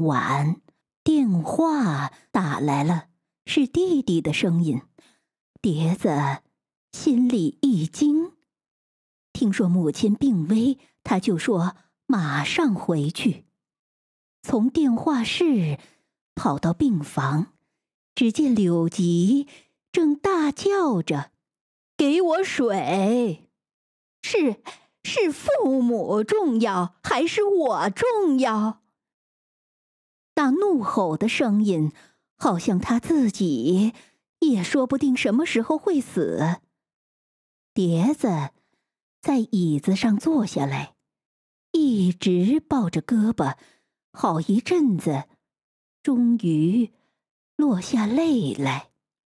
晚，电话打来了，是弟弟的声音。碟子心里一惊，听说母亲病危，他就说马上回去。从电话室跑到病房，只见柳吉正大叫着：“给我水！是父母重要，还是我重要？”那怒吼的声音，好像他自己也说不定什么时候会死。碟子在椅子上坐下来，一直抱着胳膊，好一阵子，终于落下泪来。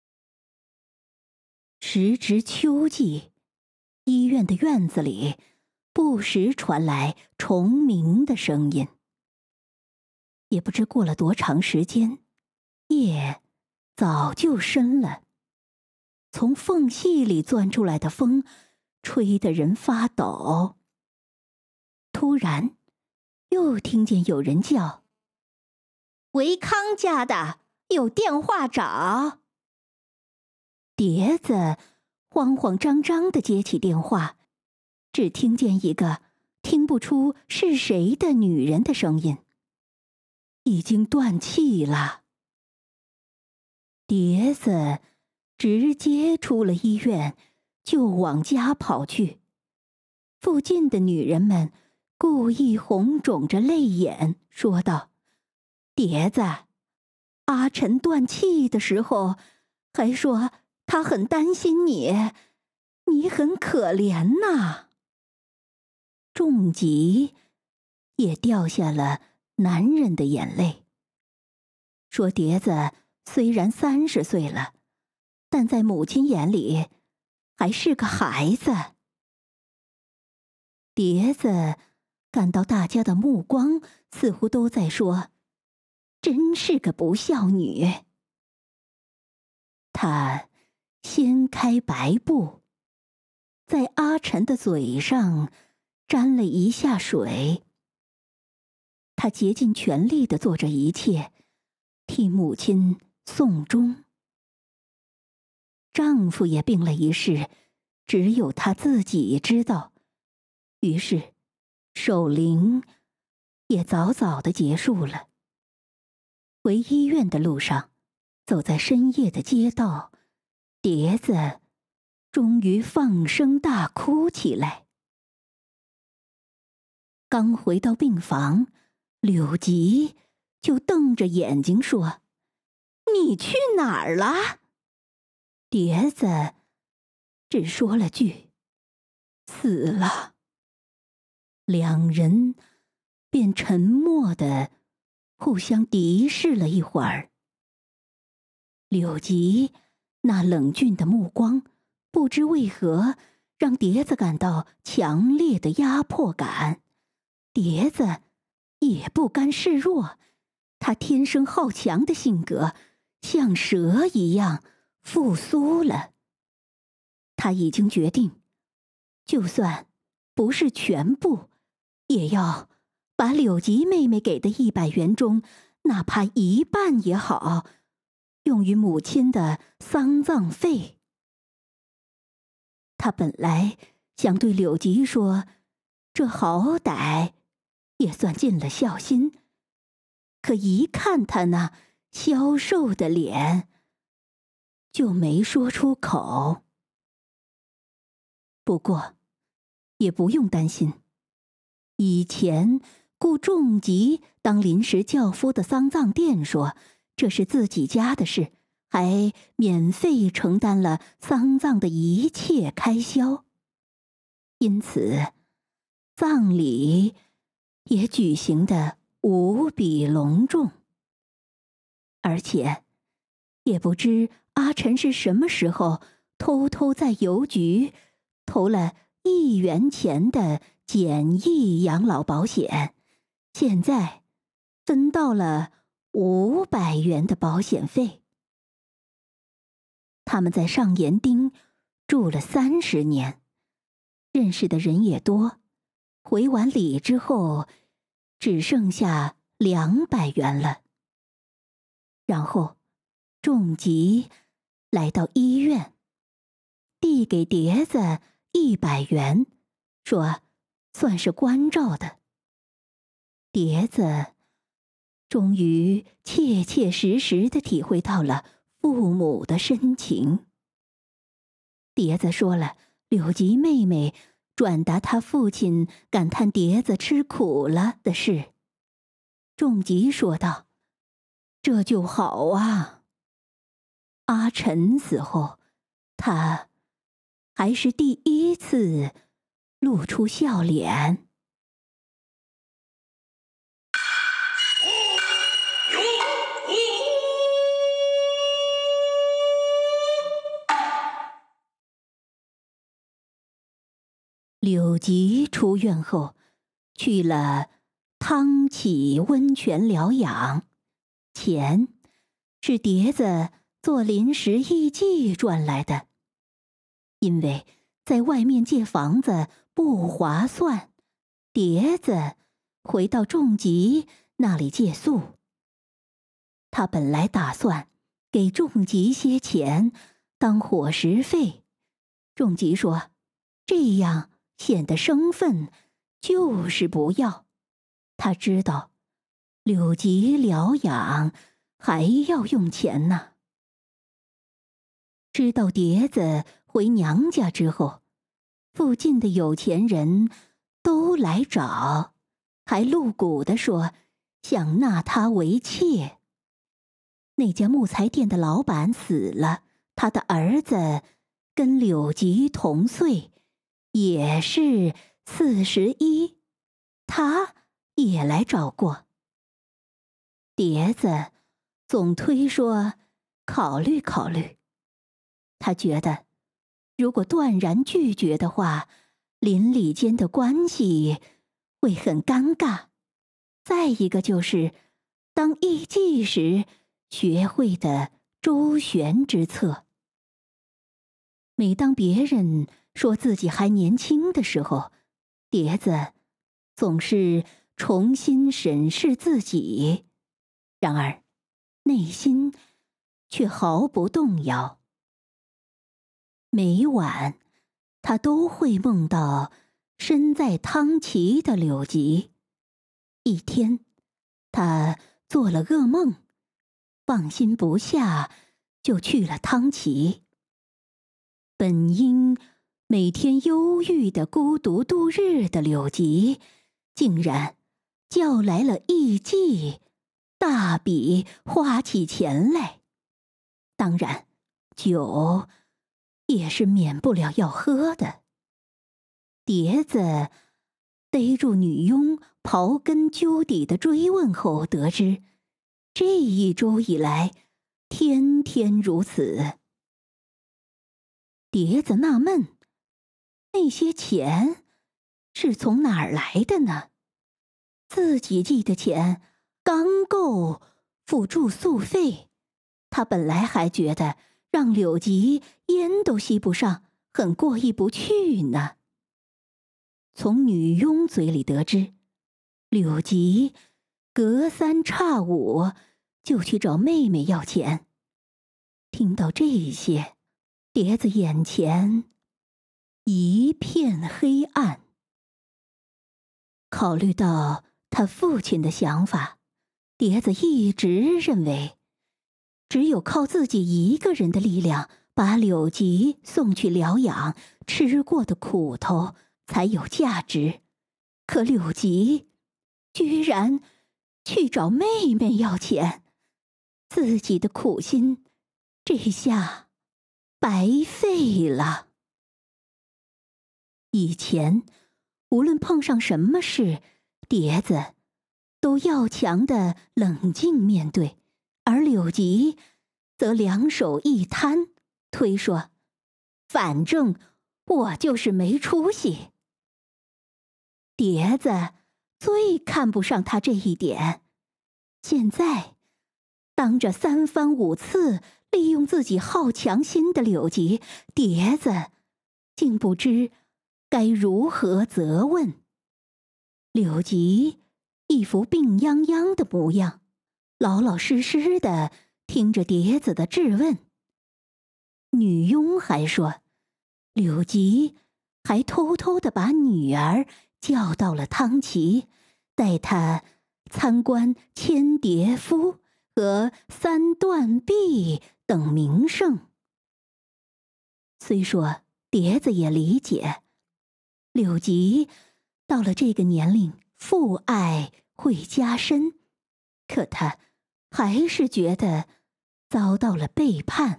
时值秋季，医院的院子里不时传来虫鸣的声音。也不知过了多长时间，夜早就深了。从缝隙里钻出来的风，吹得人发抖。突然，又听见有人叫：“维康家的，有电话找。”碟子慌慌张张地接起电话，只听见一个听不出是谁的女人的声音：“已经断气了。”碟子直接出了医院，就往家跑去。附近的女人们故意红肿着泪眼，说道：“碟子，阿晨断气的时候，还说他很担心你，你很可怜呐。”仲吉也掉下了男人的眼泪，说碟子虽然30岁了，但在母亲眼里还是个孩子。碟子感到大家的目光似乎都在说：“真是个不孝女。”他掀开白布，在阿晨的嘴上沾了一下水。他竭尽全力地做着一切，替母亲送终。丈夫也病了一世，只有他自己知道。于是，守灵也早早地结束了。回医院的路上，走在深夜的街道，碟子终于放声大哭起来。刚回到病房，柳吉就瞪着眼睛说：“你去哪儿了？”碟子只说了句：“死了。”两人便沉默地互相敌视了一会儿。柳吉那冷峻的目光，不知为何让碟子感到强烈的压迫感。碟子也不甘示弱，他天生好强的性格像蛇一样复苏了。他已经决定，就算不是全部，也要把柳吉妹妹给的100元中，哪怕1半也好，用于母亲的丧葬费。他本来想对柳吉说，这好歹也算尽了孝心，可一看他那消瘦的脸，就没说出口。不过，也不用担心。以前雇仲吉当临时轿夫的丧葬店说，这是自己家的事，还免费承担了丧葬的一切开销。因此，葬礼也举行得无比隆重。而且，也不知阿晨是什么时候偷偷在邮局投了1元钱的简易养老保险，现在分到了500元的保险费。他们在上岩町住了30年，认识的人也多。回完礼之后，只剩下 200元了。然后仲吉来到医院，递给碟子100元，说算是关照的。碟子终于切切实实地体会到了父母的深情。碟子说了柳吉妹妹转达他父亲感叹碟子吃苦了的事。仲吉说道：“这就好啊。”阿晨死后，他还是第1次露出笑脸。柳吉出院后，去了汤启温泉疗养，钱是碟子做临时艺妓赚来的。因为在外面借房子不划算，碟子回到仲吉那里借宿。他本来打算给仲吉些钱当伙食费，仲吉说这样显得生分，就是不要。他知道柳吉疗养还要用钱呢。知道碟子回娘家之后，附近的有钱人都来找，还露骨地说想纳她为妾。那家木材店的老板死了，他的儿子跟柳吉同岁，也是41，他也来找过。碟子总推说考虑考虑。他觉得如果断然拒绝的话，邻里间的关系会很尴尬。再一个就是当艺妓时学会的周旋之策。每当别人说自己还年轻的时候，碟子总是重新审视自己，然而内心却毫不动摇。每晚他都会梦到身在汤齐的柳吉。一天他做了噩梦，放心不下，就去了汤齐。本应每天忧郁的孤独度日的柳吉，竟然叫来了艺妓，大笔花起钱来。当然酒也是免不了要喝的。碟子逮住女佣刨根究底的追问后，得知这1周以来天天如此。碟子纳闷，那些钱是从哪儿来的呢？自己寄的钱刚够付住宿费，他本来还觉得让柳吉烟都吸不上，很过意不去呢。从女佣嘴里得知，柳吉隔3差5就去找妹妹要钱。听到这些，碟子眼前一片黑暗。考虑到他父亲的想法，碟子一直认为只有靠自己一个人的力量把柳吉送去疗养，吃过的苦头才有价值。可柳吉居然去找妹妹要钱，自己的苦心这下白费了。以前无论碰上什么事，碟子都要强的冷静面对，而柳吉则2手一摊，推说反正我就是没出息。碟子最看不上他这一点，现在当着3番5次利用自己好强心的柳吉，碟子竟不知该如何责问。柳吉一副病殃殃的模样，老老实实的听着蝶子的质问。女佣还说，柳吉还偷偷地把女儿叫到了汤齐，带她参观千蝶夫和三段壁等名胜。虽说蝶子也理解，柳吉到了这个年龄，父爱会加深，可他还是觉得遭到了背叛。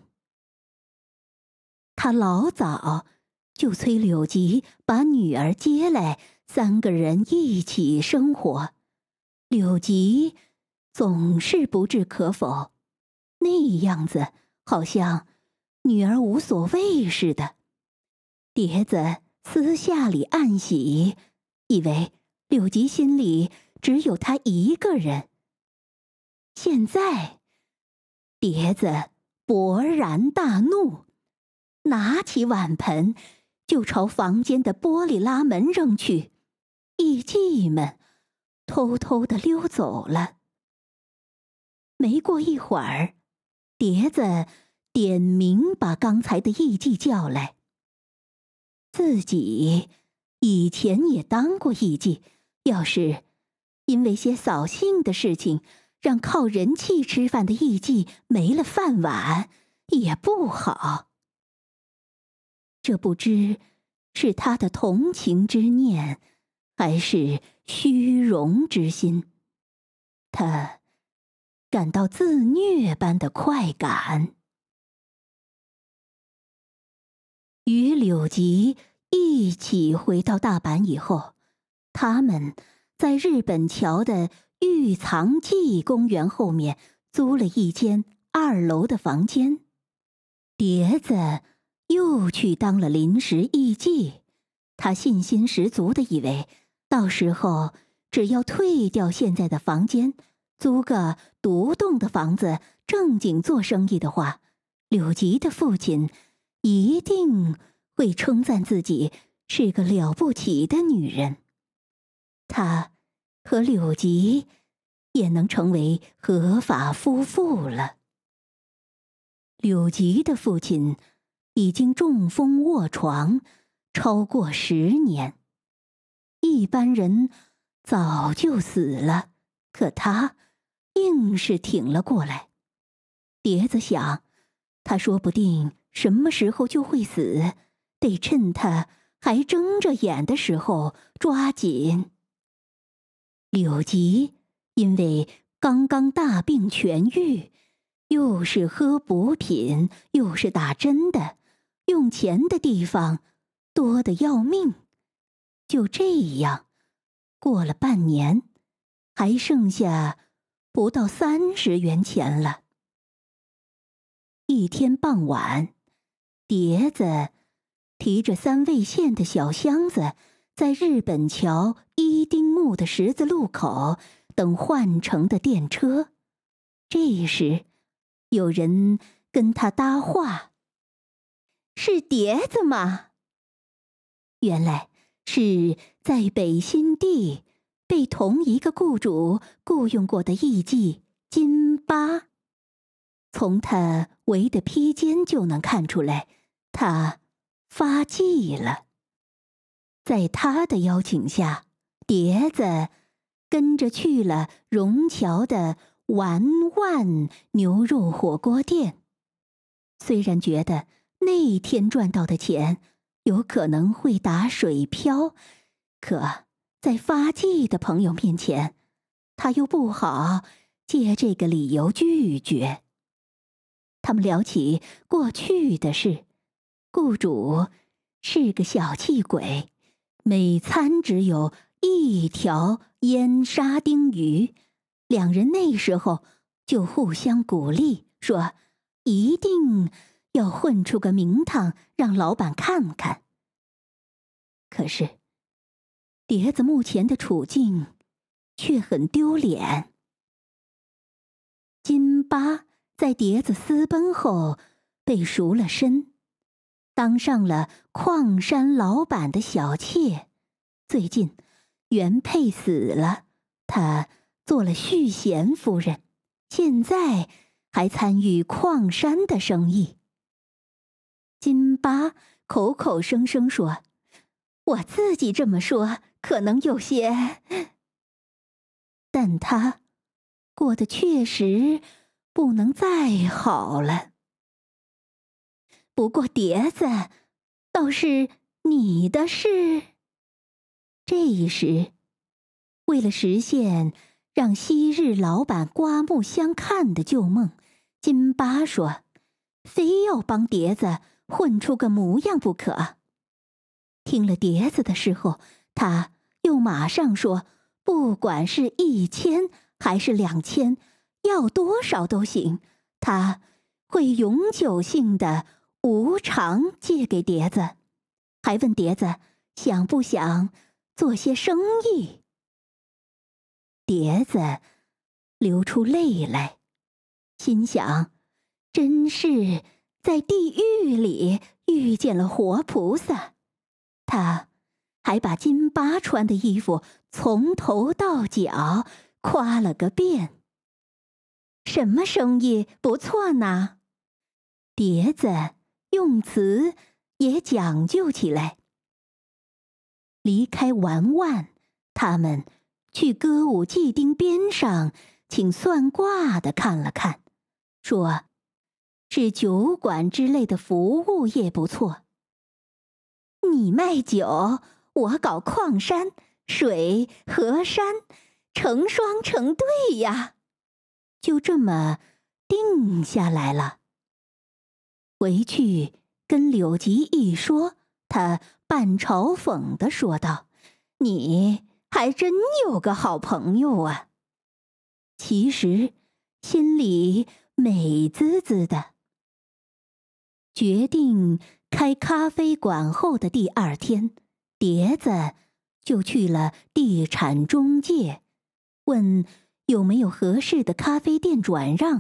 他老早就催柳吉把女儿接来，3个人一起生活。柳吉总是不置可否，那样子好像女儿无所谓似的。蝶子私下里暗喜，以为柳吉心里只有他一个人。现在，蝶子勃然大怒，拿起碗盆就朝房间的玻璃拉门扔去，艺妓们偷偷地溜走了。没过一会儿，蝶子点名把刚才的艺妓叫来。自己以前也当过艺妓，要是因为些扫兴的事情让靠人气吃饭的艺妓没了饭碗，也不好。这不知是他的同情之念，还是虚荣之心，他感到自虐般的快感。与柳吉一起回到大阪以后，他们在日本桥的玉藏记公园后面租了一间2楼的房间。蝶子又去当了临时艺妓，他信心十足地以为，到时候只要退掉现在的房间，租个独栋的房子，正经做生意的话，柳吉的父亲一定会称赞自己是个了不起的女人。他和柳吉也能成为合法夫妇了。柳吉的父亲已经中风卧床超过10年，一般人早就死了，可他硬是挺了过来。蝶子想，他说不定什么时候就会死，得趁他还睁着眼的时候抓紧。柳吉因为刚刚大病痊愈，又是喝补品，又是打针的，用钱的地方多得要命。就这样，过了半年，还剩下不到30元钱了。一天傍晚，蝶子提着3味线的小箱子，在日本桥伊丁目的十字路口等换乘的电车。这时，有人跟他搭话：“是蝶子吗？”原来是在北新地被同一个雇主雇佣过的艺妓金巴。从他围的披肩就能看出来，他发迹了。在他的邀请下，蝶子跟着去了虹桥的丸万牛肉火锅店。虽然觉得那天赚到的钱有可能会打水漂，可在发迹的朋友面前，他又不好借这个理由拒绝。他们聊起过去的事，雇主是个小气鬼，每餐只有1条腌沙丁鱼。2人那时候就互相鼓励，说一定要混出个名堂让老板看看。可是蝶子目前的处境却很丢脸。金巴在蝶子私奔后被赎了身，当上了矿山老板的小妾。最近原配死了， 她做了续弦夫人，现在还参与矿山的生意。金巴口口声声说：“我自己这么说，可能有些……”但他过得确实不能再好了。不过碟子倒是你的事。这时，为了实现让昔日老板刮目相看的旧梦，金巴说非要帮碟子混出个模样不可。听了碟子的时候，他又马上说，不管是1000还是2000，要多少都行，他会永久性的无偿借给碟子，还问碟子想不想做些生意。碟子流出泪来，心想，真是在地狱里遇见了活菩萨。他还把金巴穿的衣服从头到脚夸了个遍。什么生意不错呢？碟子用词也讲究起来。离开玩玩，他们去歌舞伎町边上请算卦的看了看，说是酒馆之类的服务业不错。你卖酒，我搞矿山，水河山，成双成对呀，就这么定下来了。回去跟柳吉一说，他半嘲讽地说道：“你还真有个好朋友啊。”其实心里美滋滋的。决定开咖啡馆后的第2天，碟子就去了地产中介，问有没有合适的咖啡店转让。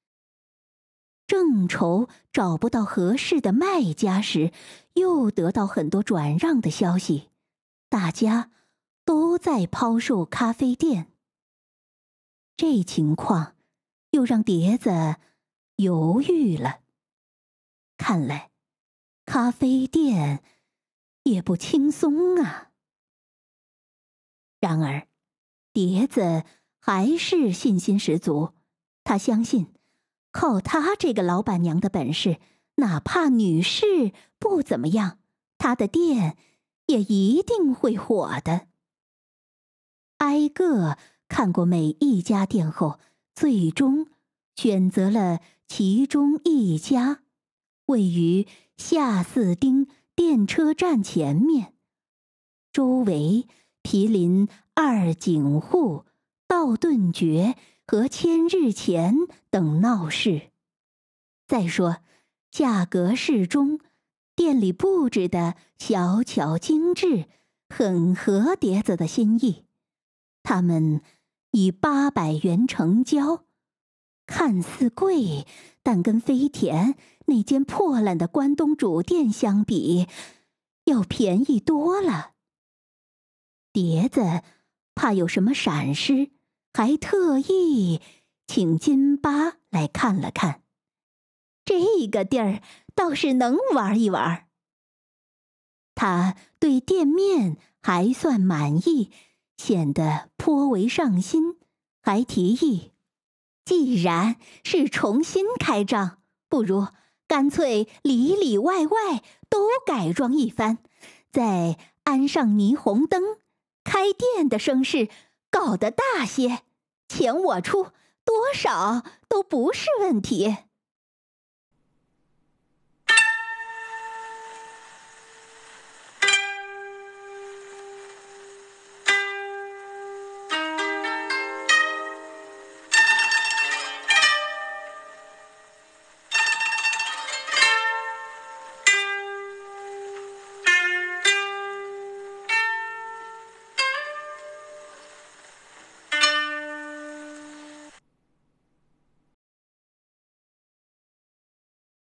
正愁找不到合适的卖家时，又得到很多转让的消息，大家都在抛售咖啡店。这情况又让碟子犹豫了。看来咖啡店也不轻松啊。然而碟子还是信心十足，他相信靠他这个老板娘的本事，哪怕女士不怎么样，他的店也一定会火的。挨个看过每一家店后，最终选择了其中一家，位于下四町电车站前面，周围毗邻二井户、道顿崛和千日前等闹市。再说，价格适中，店里布置的小巧精致，很合碟子的心意。他们以800元成交，看似贵，但跟飞田那间破烂的关东煮店相比，要便宜多了。碟子怕有什么闪失，还特意请金巴来看了看。这个地儿倒是能玩一玩。他对店面还算满意，显得颇为上心，还提议，既然是重新开张，不如干脆里里外外都改装一番，再安上霓虹灯，开店的声势搞得大些，钱我出，多少都不是问题。